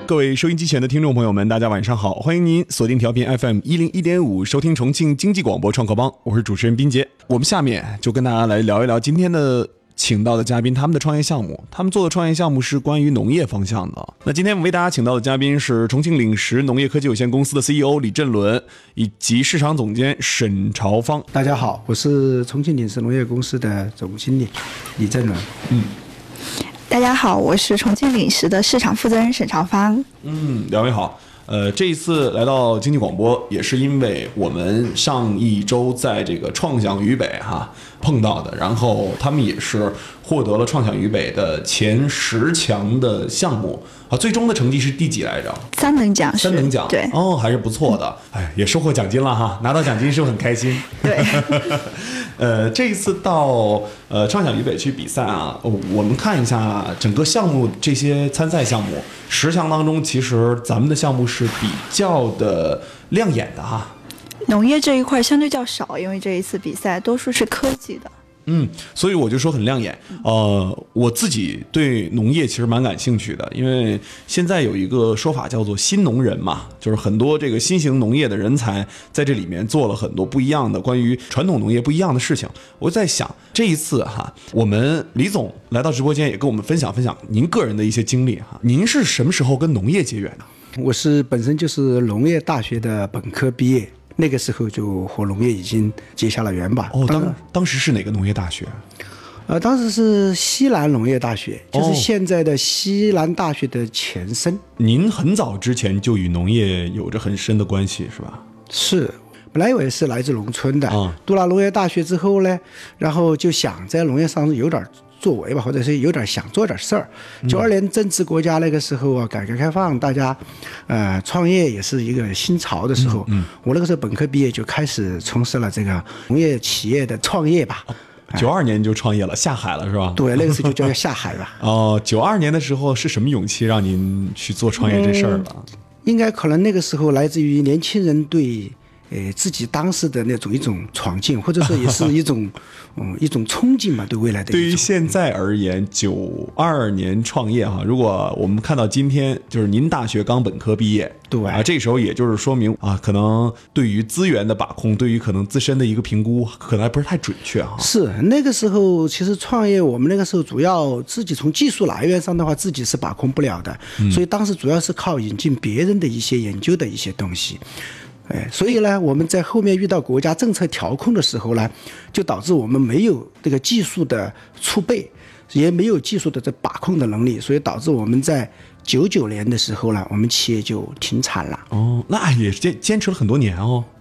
各位收音机前的听众朋友们，大家晚上好，欢迎您锁定调频 FM101.5 收听重庆经济广播创客帮，我是主持人斌杰。我们下面就跟大家来聊一聊今天的请到的嘉宾，他们的创业项目，他们做的创业项目是关于农业方向的。那今天我们为大家请到的嘉宾是重庆领食农业科技有限公司的 CEO 李振伦，以及市场总监沈朝芳。 大家好，我是重庆领食农业公司的总经理李振伦。 大家好，我是重庆领食的市场负责人沈朝芳。 两位好。这一次来到经济广播，也是因为我们上一周在这个创想渝北碰到的，然后他们也是获得了创想渝北的前10强的项目啊，最终的成绩是第几来着 ？3等奖。 3等奖， 对， 还是不错的，也收获奖金了哈，拿到奖金是不是很开心？ 对。 这一次到创想渝北去比赛啊，我们看一下整个项目这些参赛项目10强当中，其实咱们的项目是比较的亮眼的哈。 农业这一块相对较少，因为这一次比赛多数是科技的。 所以我就说很亮眼。我自己对农业其实蛮感兴趣的，因为现在有一个说法叫做新农人嘛，就是很多这个新型农业的人才在这里面做了很多不一样的关于传统农业不一样的事情。我在想这一次我们李总来到直播间也跟我们分享分享您个人的一些经历您是什么时候跟农业结缘的？ 我是本身就是农业大学的本科毕业，那个时候就和农业已经结下了缘吧。 当时是哪个农业大学？ 当时是西南农业大学，就是现在的西南大学的前身。 您很早之前就与农业有着很深的关系是吧？ 是，本来我也是来自农村的，读了农业大学之后呢，然后就想在农业上有点作为吧，或者是有点想做点事儿。92年正值国家那个时候改革开放，大家创业也是一个新潮的时候。我那个时候本科毕业就开始从事了这个农业企业的创业吧。 92年就创业了，下海了是吧？ 对，那个时候就叫下海吧。 92年的时候是什么勇气让您去做创业这事儿了？ 应该可能那个时候来自于年轻人对自己当时的那种一种闯劲，或者说也是一种一种憧憬嘛，对未来的。 对于现在而言，92年创业如果我们看到今天，就是您大学刚本科毕业， 对这时候也就是说明可能对于资源的把控，对于可能自身的一个评估，可能还不是太准确是那个时候，其实创业我们那个时候主要自己从技术来源上的话，自己是把控不了的，所以当时主要是靠引进别人的一些研究的一些东西。所以呢，我们在后面遇到国家政策调控的时候呢，就导致我们没有这个技术的储备，也没有技术的这把控的能力，所以导致我们在99年的时候呢，我们企业就停产了。 那也坚持了很多年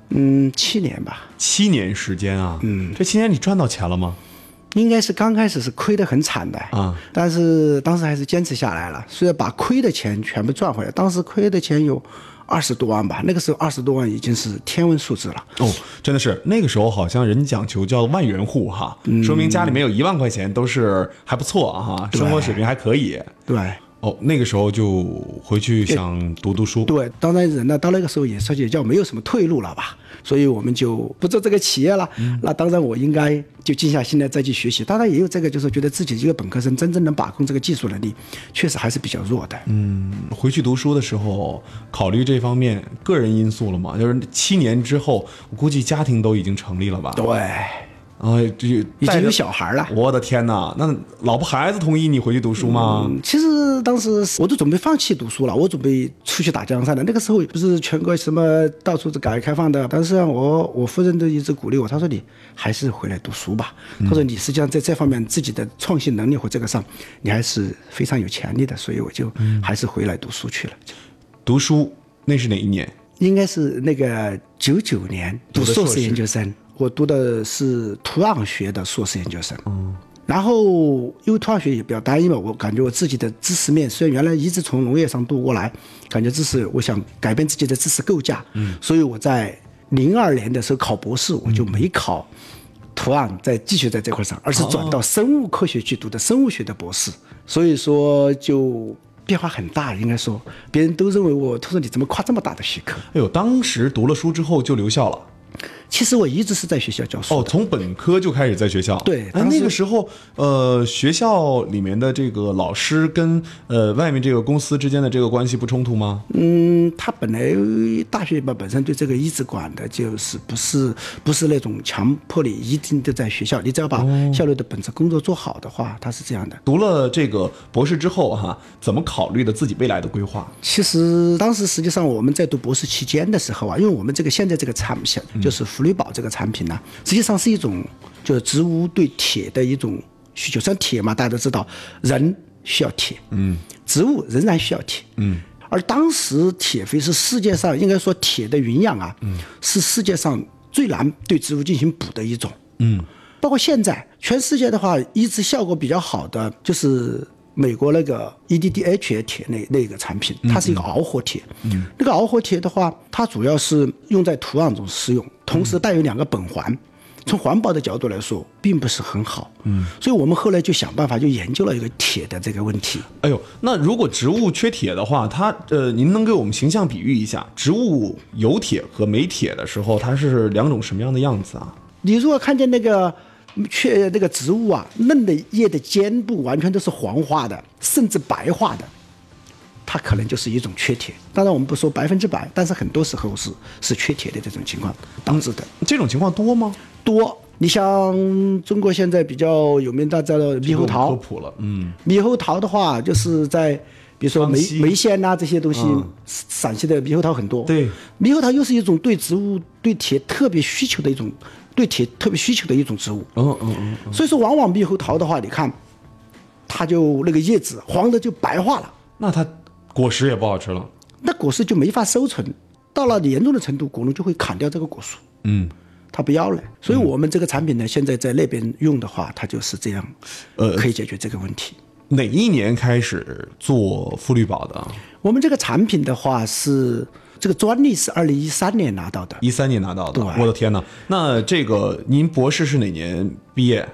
7年吧。 7年时间这7年你赚到钱了吗？ 应该是刚开始是亏得很惨的但是当时还是坚持下来了，所以把亏的钱全部赚回来。当时亏的钱有20多万吧，那个时候20多万已经是天文数字了。 真的是那个时候好像人讲求叫万元户说明家里面有1万块钱都是还不错生活水平还可以。 对。 那个时候就回去想读书。 对，当然人呢到那个时候也说也叫没有什么退路了吧，所以我们就不做这个企业了。那当然我应该就静下心来再去学习。当然也有这个，就是觉得自己一个本科生真正能把控这个技术能力，确实还是比较弱的。 回去读书的时候考虑这方面个人因素了吗？就是7年之后，我估计家庭都已经成立了吧？ 对。已经有小孩了。 我的天哪！那老婆孩子同意你回去读书吗？ 其实当时我都准备放弃读书了，我准备出去打江山的。那个时候不是全国什么到处是改革开放的，但是我夫人都一直鼓励我，她说你还是回来读书吧。她说你实际上在这方面自己的创新能力和这个上，你还是非常有潜力的，所以我就还是回来读书去了。 读书那是哪一年？ 应该是那个99年读硕士研究生。我读的是土壤学的硕士研究生。然后因为土壤学也比较单一嘛，我感觉我自己的知识面虽然原来一直从农业上读过来，感觉我想改变自己的知识构架。所以我在02年的时候考博士，我就没考土壤继续在这块上，而是转到生物科学去读的生物学的博士。所以说就变化很大，应该说别人都认为他说你怎么跨这么大的学科。 当时读了书之后就留校了。 其实我一直是在学校教书的。 哦，从本科就开始在学校。 对， 那个时候，学校里面的这个老师跟外面这个公司之间的这个关系不冲突吗？ 他本来大学本身对这个一直管的就是不是那种强迫你一定都在学校，你只要把校内的本职工作做好的话，他是这样的。 读了这个博士之后哈，怎么考虑的自己未来的规划？ 其实当时实际上我们在读博士期间的时候啊，因为我们这个现在这个产品就是福利宝这个产品呢，实际上是一种就是植物对铁的一种需求。像铁嘛，大家都知道，人需要铁，植物仍然需要铁，而当时铁肥是世界上应该说铁的营养啊，是世界上最难对植物进行补的一种，包括现在全世界的话，一直效果比较好的就是美国那个 EDDH 铁那个产品，它是一个螯合铁。那个螯合铁的话，它主要是用在土壤中使用，同时带有2个苯环。从环保的角度来说，并不是很好。所以我们后来就想办法，就研究了一个铁的这个问题。 哎呦，那如果植物缺铁的话，它您能给我们形象比喻一下，植物有铁和没铁的时候，它是2种什么样的样子啊？ 你如果看见那个植物啊，嫩的叶的尖部完全都是黄化的，甚至白化的，它可能就是一种缺铁。当然我们不说100%，但是很多时候是缺铁的这种情况导致的。 这种情况多吗？ 多。你像中国现在比较有名大家的猕猴桃， 科普了。 猕猴桃的话，就是在比如说眉县呐这些东西，陕西的猕猴桃很多。 对， 猕猴桃又是一种对植物对铁特别需求的一种。对铁特别需求的一种植物，所以说往往猕猴桃的话，你看，它就那个叶子黄的就白化了， 那它果实也不好吃了， 那果实就没法收存，到了严重的程度，果农就会砍掉这个果树，他不要了。所以我们这个产品呢，现在在那边用的话，它就是这样，可以解决这个问题。 哪一年开始做馥绿宝的？ 我们这个产品的话是。这个专利是2013年拿到的 ，13年拿到的。我的天哪！那这个您博士是哪年毕业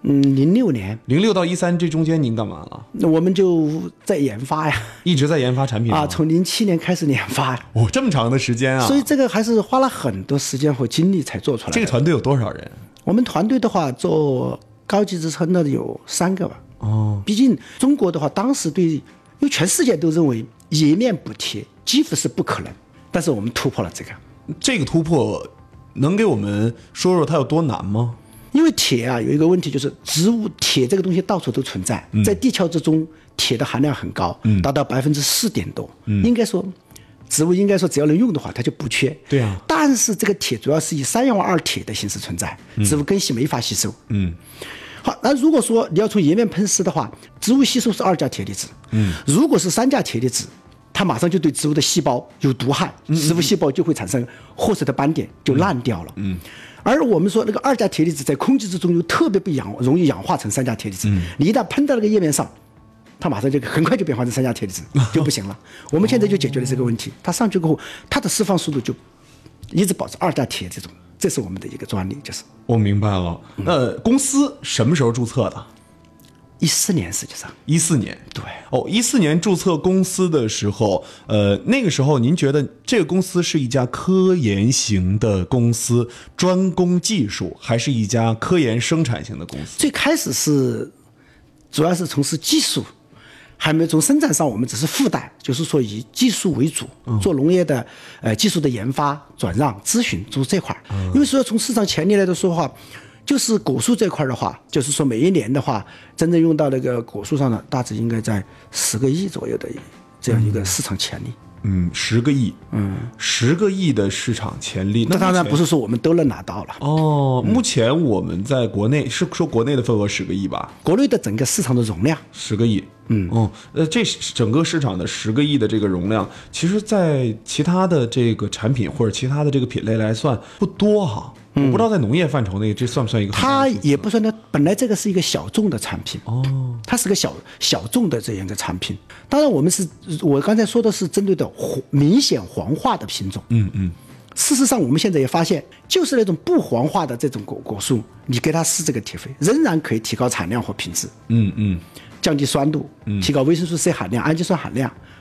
？06年。 06到13这中间您干嘛了？ 那我们就在研发呀， 一直在研发产品啊，从07年开始研发。 哦，这么长的时间啊！ 所以这个还是花了很多时间和精力才做出来的。 这个团队有多少人？ 我们团队的话，做高级职称的有3个吧。毕竟中国的话，当时因为全世界都认为叶面补铁几乎是不可能。但是我们突破了这个突破，能给我们说说它有多难吗？ 因为铁啊有一个问题，就是植物铁这个东西到处都存在，在地壳之中，铁的含量很高，达到4%多。应该说，植物应该说只要能用的话，它就不缺。 对啊。 但是这个铁主要是以3氧化2铁的形式存在，植物根系没法吸收。好，那如果说你要从叶面喷施的话，植物吸收是2价铁离子。如果是3价铁离子。它马上就对植物的细胞有毒害，植物细胞就会产生褐色的斑点，就烂掉了。而我们说那个2价铁离子在空气之中又特别容易氧化成3价铁离子，你一旦喷到那个叶面上，它马上就很快就变化成3价铁离子，就不行了。我们现在就解决了这个问题，它上去过后，它的释放速度就一直保持2价铁这种，这是我们的一个专利。就是我明白了。公司什么时候注册的 ？14年，实际上 14年， 对 14年注册公司的时候，那个时候您觉得这个公司是一家科研型的公司，专攻技术，还是一家科研生产型的公司？ 最开始主要是从事技术，还没有从生产上，我们只是附带，就是说以技术为主，做农业的技术的研发、转让、咨询，做这块。因为说从市场潜力来说的话。就是果树这块的话，就是说每一年的话，真正用到那个果树上的，大致应该在10个亿左右的这样一个市场潜力。 10个亿，10个亿的市场潜力。 那当然不是说我们都能拿到了。 目前我们在国内是说国内的份额10个亿吧？ 国内的整个市场的容量 10个亿。这整个市场的10个亿的这个容量，其实在其他的这个产品或者其他的这个品类来算不多哈。我不知道在农业范畴内这算不算一个很大的数字？ 它也不算的，本来这个是一个小众的产品它是个小众的这样一个产品。当然我刚才说的是针对的明显黄化的品种。事实上我们现在也发现，就是那种不黄化的这种果树，你给它施这个铁肥，仍然可以提高产量和品质。降低酸度，提高维生素 C 含量、氨基酸含量，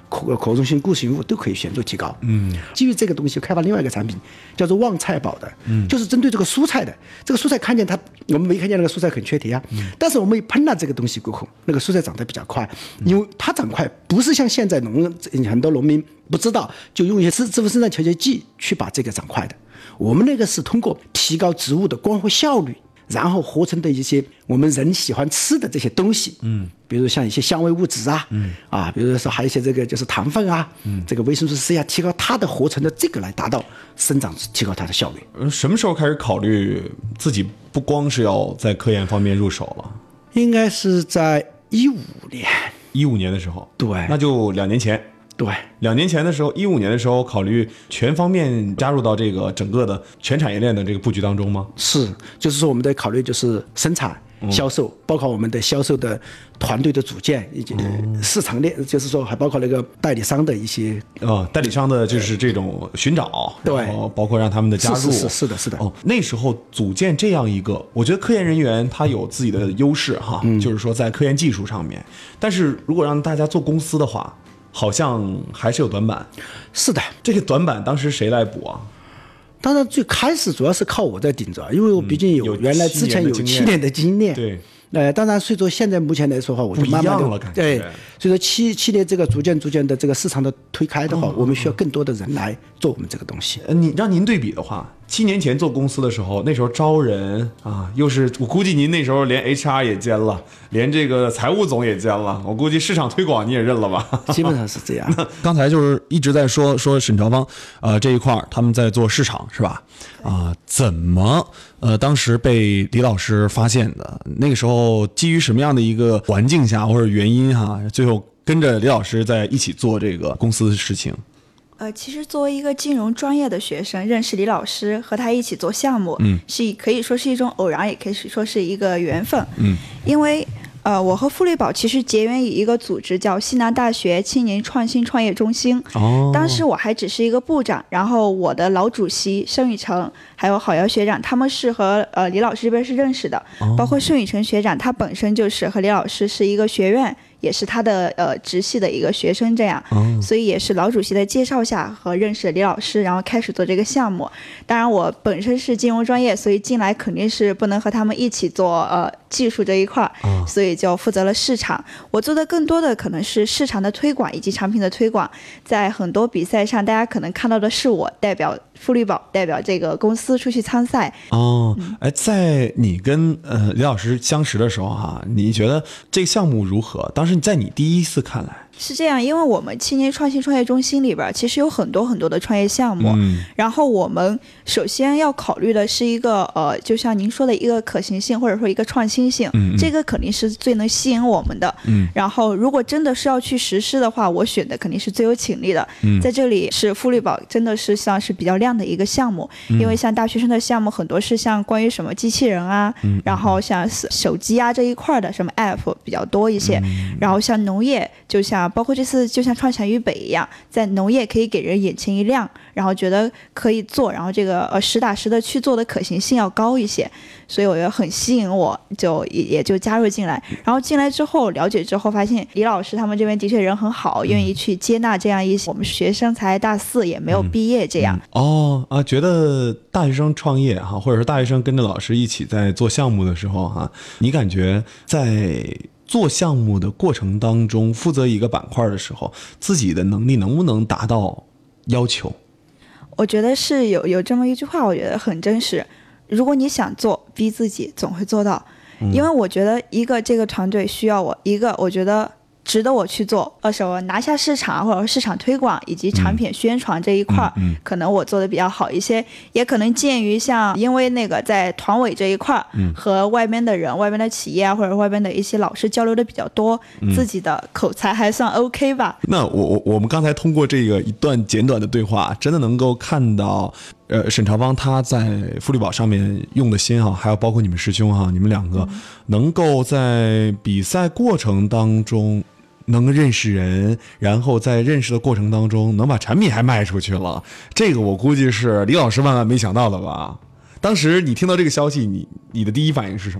可溶性固形物都可以显著提高。基于这个东西开发另外一个产品，叫做旺菜宝的，就是针对这个蔬菜的。这个蔬菜看见它，我们没看见那个蔬菜很缺铁啊，但是我们一喷了这个东西过后，那个蔬菜长得比较快，因为它长快不是像现在很多农民不知道，就用一些植物生长调节剂去把这个长快的。我们那个是通过提高植物的光合效率，然后合成的一些我们人喜欢吃的这些东西，比如像一些香味物质啊，比如说还有一些这个就是糖分啊，这个维生素 C 啊，提高它的合成的这个来达到生长，提高它的效率。 什么时候开始考虑自己不光是要在科研方面入手了？ 应该是在2015年。 2015年的时候， 对， 那就2年前。 对 ，2年前的时候，2015年的时候，考虑全方面加入到这个整个的全产业链的这个布局当中吗？ 是，就是说我们的考虑就是生产、销售，包括我们的销售的团队的组建，以及市场链，就是说还包括那个代理商的一些代理商的就是这种寻找， 对， 然后包括让他们的加入， 是的。 那时候组建这样一个，我觉得科研人员他有自己的优势哈，就是说在科研技术上面，但是如果让大家做公司的话，好像还是有短板。 是的， 这个短板当时谁来补啊？ 当然最开始主要是靠我在顶着，因为我毕竟原来之前有7年的经验。 对。 当然，随着现在目前来说的话，我就慢慢的对，所以说七年这个逐渐的这个市场的推开的话，我们需要更多的人来做我们这个东西。 让您对比的话，7年前做公司的时候，那时候招人啊，又是我估计您那时候连 HR 也兼了，连这个财务总也兼了，我估计市场推广你也认了吧？ 基本上是这样。 刚才就是一直在说沈朝芳这一块他们在做市场是吧？怎么当时被李老师发现的？那个时候基于什么样的一个环境下或者原因最后跟着李老师在一起做这个公司的事情？ 其实作为一个金融专业的学生，认识李老师和他一起做项目，是可以说是一种偶然，也可以说是一个缘分。因为我和富力宝其实结缘于一个组织叫西南大学青年创新创业中心。当时我还只是一个部长，然后我的老主席盛宇成还有郝瑶学长，他们是和李老师这边是认识的。包括盛宇成学长，他本身就是和李老师是一个学院，也是他的直系的一个学生，这样，所以也是老主席的介绍下和认识李老师，然后开始做这个项目。当然我本身是金融专业，所以进来肯定是不能和他们一起做技术这一块，所以就负责了市场。我做的更多的可能是市场的推广以及产品的推广。在很多比赛上，大家可能看到的是我代表富力宝，代表这个公司出去参赛。 在你跟李老师相识的时候你觉得这个项目如何？当时在你第一次看来是这样，因为我们青年创新创业中心里边其实有很多很多的创业项目，然后我们首先要考虑的是一个就像您说的一个可行性或者说一个创新性，这个肯定是最能吸引我们的。然后如果真的是要去实施的话，我选的肯定是最有潜力的。在这里是富力宝真的是像是比较亮的一个项目，因为像大学生的项目很多是像关于什么机器人然后像手机这一块的什么 app 比较多一些，然后像农业就像包括这次就像创产于北一样，在农业可以给人眼前一亮，然后觉得可以做，然后这个实打实的去做的可行性要高一些，所以我觉得很吸引我，也就加入进来。然后进来之后了解之后发现李老师他们这边的确人很好，愿意去接纳这样一些我们学生才大4也没有毕业这样。 觉得大学生创业或者说大学生跟着老师一起在做项目的时候你感觉在做项目的过程当中，负责一个板块的时候，自己的能力能不能达到要求？ 我觉得是有这么一句话，我觉得很真实。如果你想做，逼自己总会做到。因为我觉得一个这个团队需要我，一个我觉得值得我去做，我拿下市场或者市场推广以及产品宣传这一块，可能我做的比较好一些，也可能鉴于像因为那个在团委这一块，和外边的人、外边的企业或者外边的一些老师交流的比较多，自己的口才还算 OK 吧。 那我们刚才通过这个一段简短的对话，真的能够看到沈朝芳他在富力宝上面用的心还有包括你们师兄你们两个能够在比赛过程当中能认识人，然后在认识的过程当中能把产品还卖出去了，这个我估计是李老师万万没想到的吧？当时你听到这个消息，你的第一反应是什么？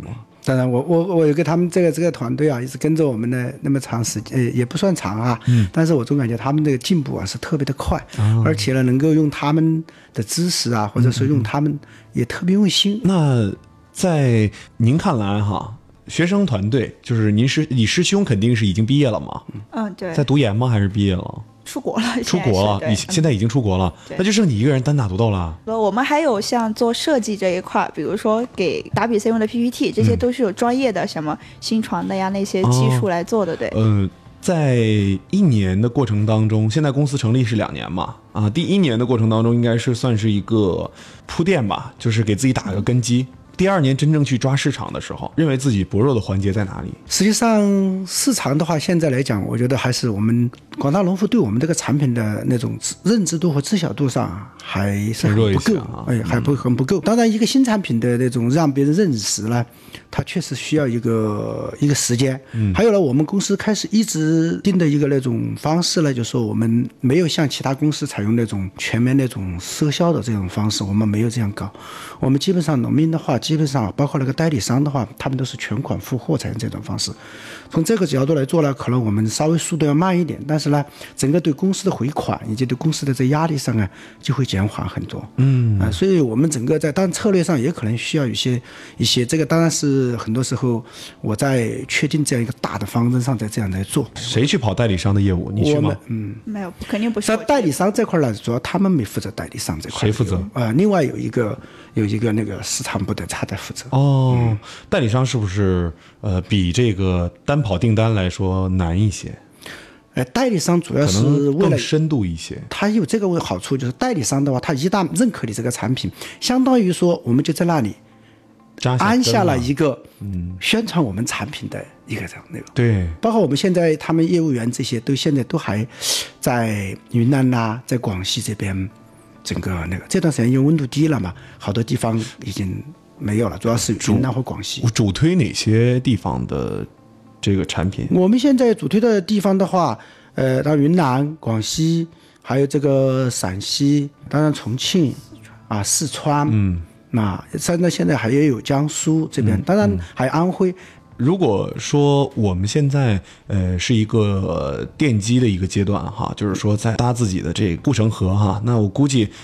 当然我有个他们这个团队啊，一直跟着我们的那么长时间，也不算长啊，但是我总感觉他们这个进步啊是特别的快，而且呢能够用他们的知识啊，或者说用他们也特别用心。 那在您看来哈，学生团队就是李师兄肯定是已经毕业了嘛？ 对， 在读研吗？还是毕业了？ 出国了， 现在已经出国了，那就剩你一个人单打独斗了。 我们还有像做设计这一块，比如说给打比赛用的 PPT， 这些都是有专业的什么新传的呀那些技术来做的，对。 在1年的过程当中，现在公司成立是2年嘛，第1年的过程当中应该是算是一个铺垫吧，就是给自己打个根基。第2年真正去抓市场的时候，认为自己薄弱的环节在哪里？ 实际上市场的话，现在来讲，我觉得还是我们广大农户对我们这个产品的那种认知度和知晓度上还是很不够，还很不够。当然，一个新产品的那种让别人认识呢，它确实需要一个时间。还有呢，我们公司开始一直定的一个那种方式呢，就是说我们没有像其他公司采用那种全面那种赊销的这种方式，我们没有这样搞。我们基本上农民的话，基本上包括那个代理商的话，他们都是全款付货采用这种方式。从这个角度来做呢，可能我们稍微速度要慢一点，但是呢，整个对公司的回款以及对公司的这压力上啊，就会减缓很多。所以我们整个在当然策略上也可能需要一些这个，当然是很多时候我在确定这样一个大的方针上再这样来做。 谁去跑代理商的业务？你去吗？ 没有，肯定不是。 在代理商这块呢，主要他们没负责代理商这块。 谁负责？ 另外有一个那个市场部的他在负责。 代理商是不是比这个单跑订单来说难一些？ 代理商主要是为了更深度一些。 他有这个好处，就是代理商的话，他一旦认可你这个产品，相当于说我们就在那里安下了一个宣传我们产品的一个这样那个。 对， 包括我们现在他们业务员这些现在都还在云南呐，在广西这边，整个那个这段时间因为温度低了嘛，好多地方已经没有了，主要是云南和广西。 主推哪些地方的这个产品？我们现在主推的地方的话，到云南、广西，还有这个陕西，当然重庆啊、四川，现在还也有江苏这边，当然还有安徽。 如果说我们现在是一个奠基的一个阶段哈，就是说在搭自己的这个护城河哈，那我估计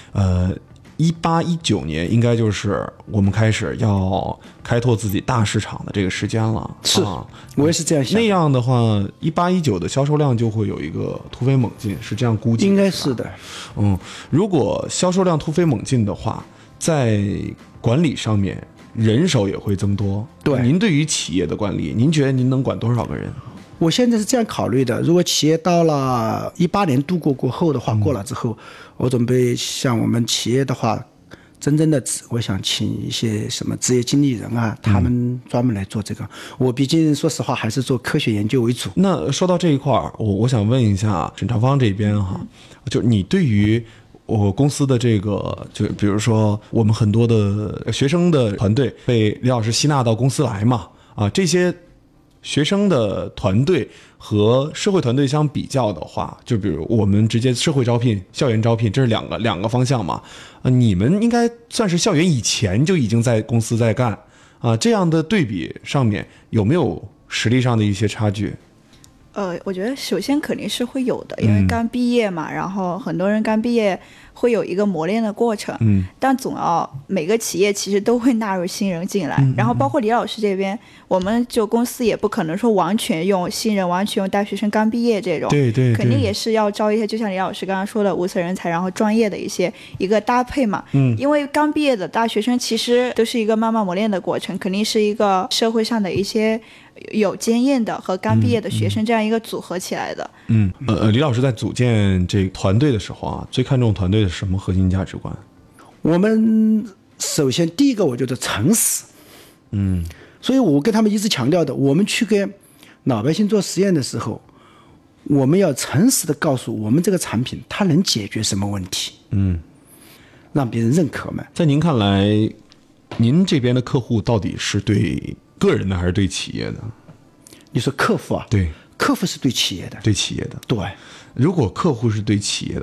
18、19年应该就是我们开始要开拓自己大市场的这个时间了。 是，我也是这样想。 那样的话，18、19的销售量就会有一个突飞猛进，是这样估计的。 应该是的。 如果销售量突飞猛进的话，在管理上面人手也会增多。 对， 您对于企业的管理，您觉得您能管多少个人？ 我现在是这样考虑的，如果企业到了18年度过后的话，过了之后，我准备像我们企业的话，真正的我想请一些什么职业经理人啊，他们专门来做这个。我毕竟说实话还是做科学研究为主。 那说到这一块儿，我想问一下沈长芳这边哈，就你对于我公司的这个，就比如说我们很多的学生的团队被李老师吸纳到公司来嘛，这些学生的团队和社会团队相比较的话，就比如我们直接社会招聘、校园招聘，这是两个方向嘛。你们应该算是校园以前就已经在公司在干这样的对比上面有没有实力上的一些差距？ 我觉得首先肯定是会有的，因为刚毕业嘛，然后很多人刚毕业会有一个磨练的过程，但总要每个企业其实都会纳入新人进来，然后包括李老师这边，我们就公司也不可能说完全用新人，完全用大学生刚毕业这种， 对， 肯定也是要招一些，就像李老师刚刚说的无色人才，然后专业的一个搭配嘛，因为刚毕业的大学生其实都是一个慢慢磨练的过程，肯定是一个社会上的一些有经验的和刚毕业的学生这样一个组合起来的。 李老师在组建这个团队的时候最看重团队的什么核心价值观？ 我们首先第一个我觉得诚实，所以我跟他们一直强调的，我们去跟老百姓做实验的时候，我们要诚实的告诉我们这个产品它能解决什么问题，让别人认可嘛。 在您看来，您这边的客户到底是对个人的还是对企业的？ 你说客户啊？ 对， 客户是对企业的。 对企业的。 对， 如果客户是对企业的话，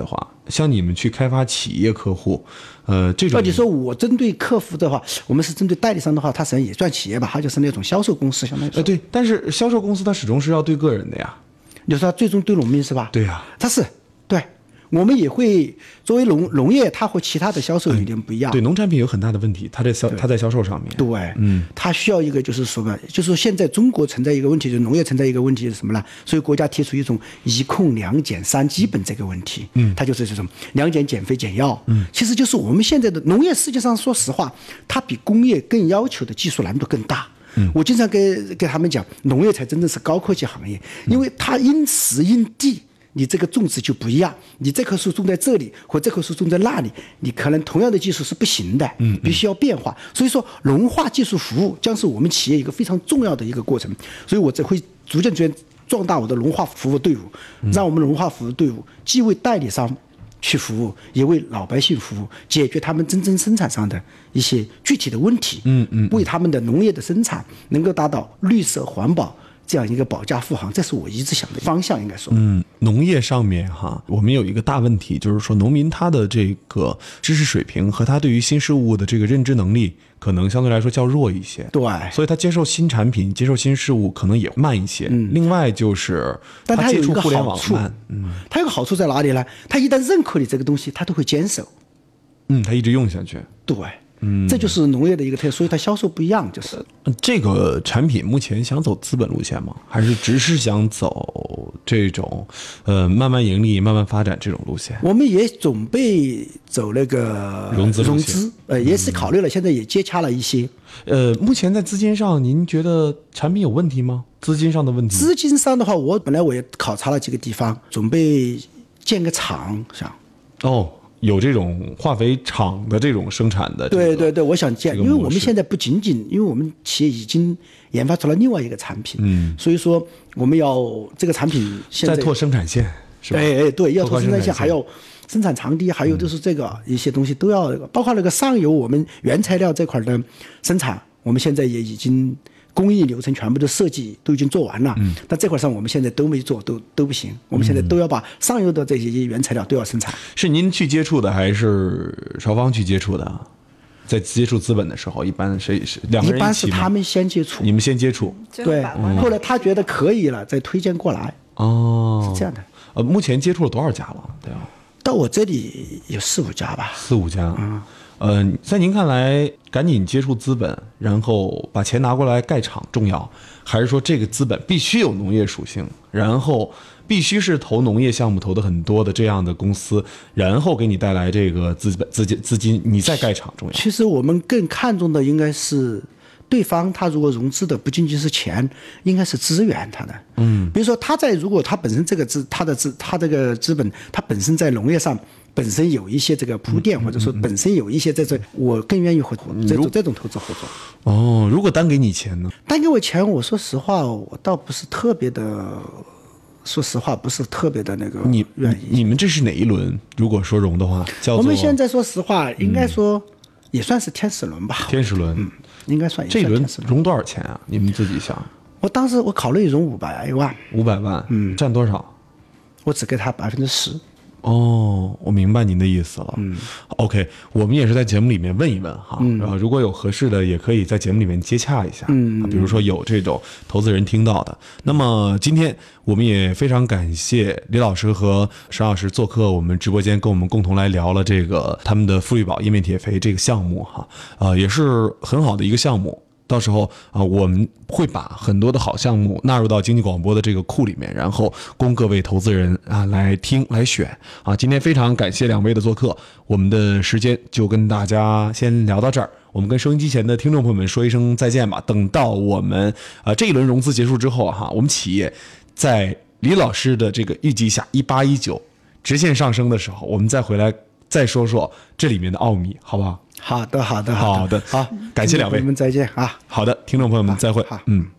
像你们去开发企业客户，这种你说我针对客服的话，我们是针对代理商的话，他实际上也算企业吧，他就是那种销售公司，相当于说。 对，但是销售公司它始终是要对个人的呀。 你说他最终对农民是吧？ 对呀， 他是对。我们也会作为农业，它和其他的销售有点不一样。 对，农产品有很大的问题，它在销售上面。 对，它需要一个就是说吧，就是说现在中国存在一个问题，就是农业存在一个问题是什么呢？所以国家提出一种一控2减3基本这个问题。它就是这种2减减肥减药。其实就是我们现在的农业，实际上说实话，它比工业更要求的技术难度更大。我经常给他们讲，农业才真正是高科技行业，因为它因时因地。你这个种植就不一样，你这棵树种在这里或这棵树种在那里，你可能同样的技术是不行的，必须要变化。所以说，农化技术服务将是我们企业一个非常重要的一个过程。所以我这会逐渐壮大我的农化服务队伍，让我们农化服务队伍既为代理商去服务，也为老百姓服务，解决他们真正生产上的一些具体的问题。为他们的农业的生产能够达到绿色环保这样一个保驾护航，这是我一直想的方向，应该说。 农业上面哈，我们有一个大问题，就是说农民他的这个知识水平和他对于新事物的这个认知能力，可能相对来说较弱一些。 对， 所以他接受新产品、接受新事物可能也慢一些。另外就是， 但他有一个接触互联网好处， 慢。 他有个好处在哪里呢？他一旦认可你这个东西，他都会坚守。 他一直用下去。 对。这就是农业的一个特色，所以它销售不一样。就是这个产品目前想走资本路线吗？还是只是想走这种慢慢盈利、慢慢发展这种路线？ 我们也准备走那个融资， 也是考虑了，现在也接洽了一些。 目前在资金上，您觉得产品有问题吗？资金上的问题？ 资金上的话，我本来也考察了几个地方，准备建个厂，想。 有这种化肥厂的这种生产的、 对，我想建，因为我们现在不仅仅，因为我们企业已经研发出了另外一个产品，所以说我们要这个产品现在再拓生产线，是吧？ 对，要拓生产线，还要生产场地，还有就是这个一些东西都要，包括那个上游我们原材料这块的生产，我们现在也已经。工艺流程全部的设计都已经做完了，但这块上我们现在都没做，都不行。我们现在都要把上游的这些原材料都要生产。 是您去接触的，还是邵方去接触的？在接触资本的时候，一般谁是两个人一起吗？ 一般是他们先接触， 你们先接触， 对。后来他觉得可以了，再推荐过来。是这样的。 目前接触了多少家了？对吧？ 到我这里有4、5家吧。 4、5家。在您看来，赶紧接触资本，然后把钱拿过来盖厂重要，还是说这个资本必须有农业属性，然后必须是投农业项目投的很多的这样的公司，然后给你带来这个资金，你再盖厂重要？ 其实我们更看重的应该是对方他如果融资的不仅仅是钱，应该是资源他的。比如说如果他本身这个他这个资本，他本身在农业上。本身有一些这个铺垫，或者说本身有一些在这，我更愿意合作这种投资合作。 如果单给你钱呢？ 单给我钱，我说实话，我倒不是特别的，说实话不是特别的那个愿意。 你们这是哪一轮？如果说融的话，叫做我们现在说实话，应该说也算是天使轮吧。 天使轮， 应该算这一轮融多少钱啊？你们自己想。 我当时我考虑融500万。 500万，占多少？ 我只给他10%。 我明白您的意思了。OK， 我们也是在节目里面问一问哈，如果有合适的，也可以在节目里面接洽一下。比如说有这种投资人听到的。那么今天我们也非常感谢李老师和沈老师做客我们直播间，跟我们共同来聊了这个他们的富力宝页面铁肥这个项目哈，也是很好的一个项目。到时候我们会把很多的好项目纳入到经济广播的这个库里面，然后供各位投资人来听来选今天非常感谢2位的做客，我们的时间就跟大家先聊到这儿，我们跟收音机前的听众朋友们说一声再见吧。等到我们这一轮融资结束之后我们企业在李老师的这个预计下18、19直线上升的时候，我们再回来再说说这里面的奥秘，好不好？ 好的， 好，感谢2位， 我们再见啊！ 好的，听众朋友们再会。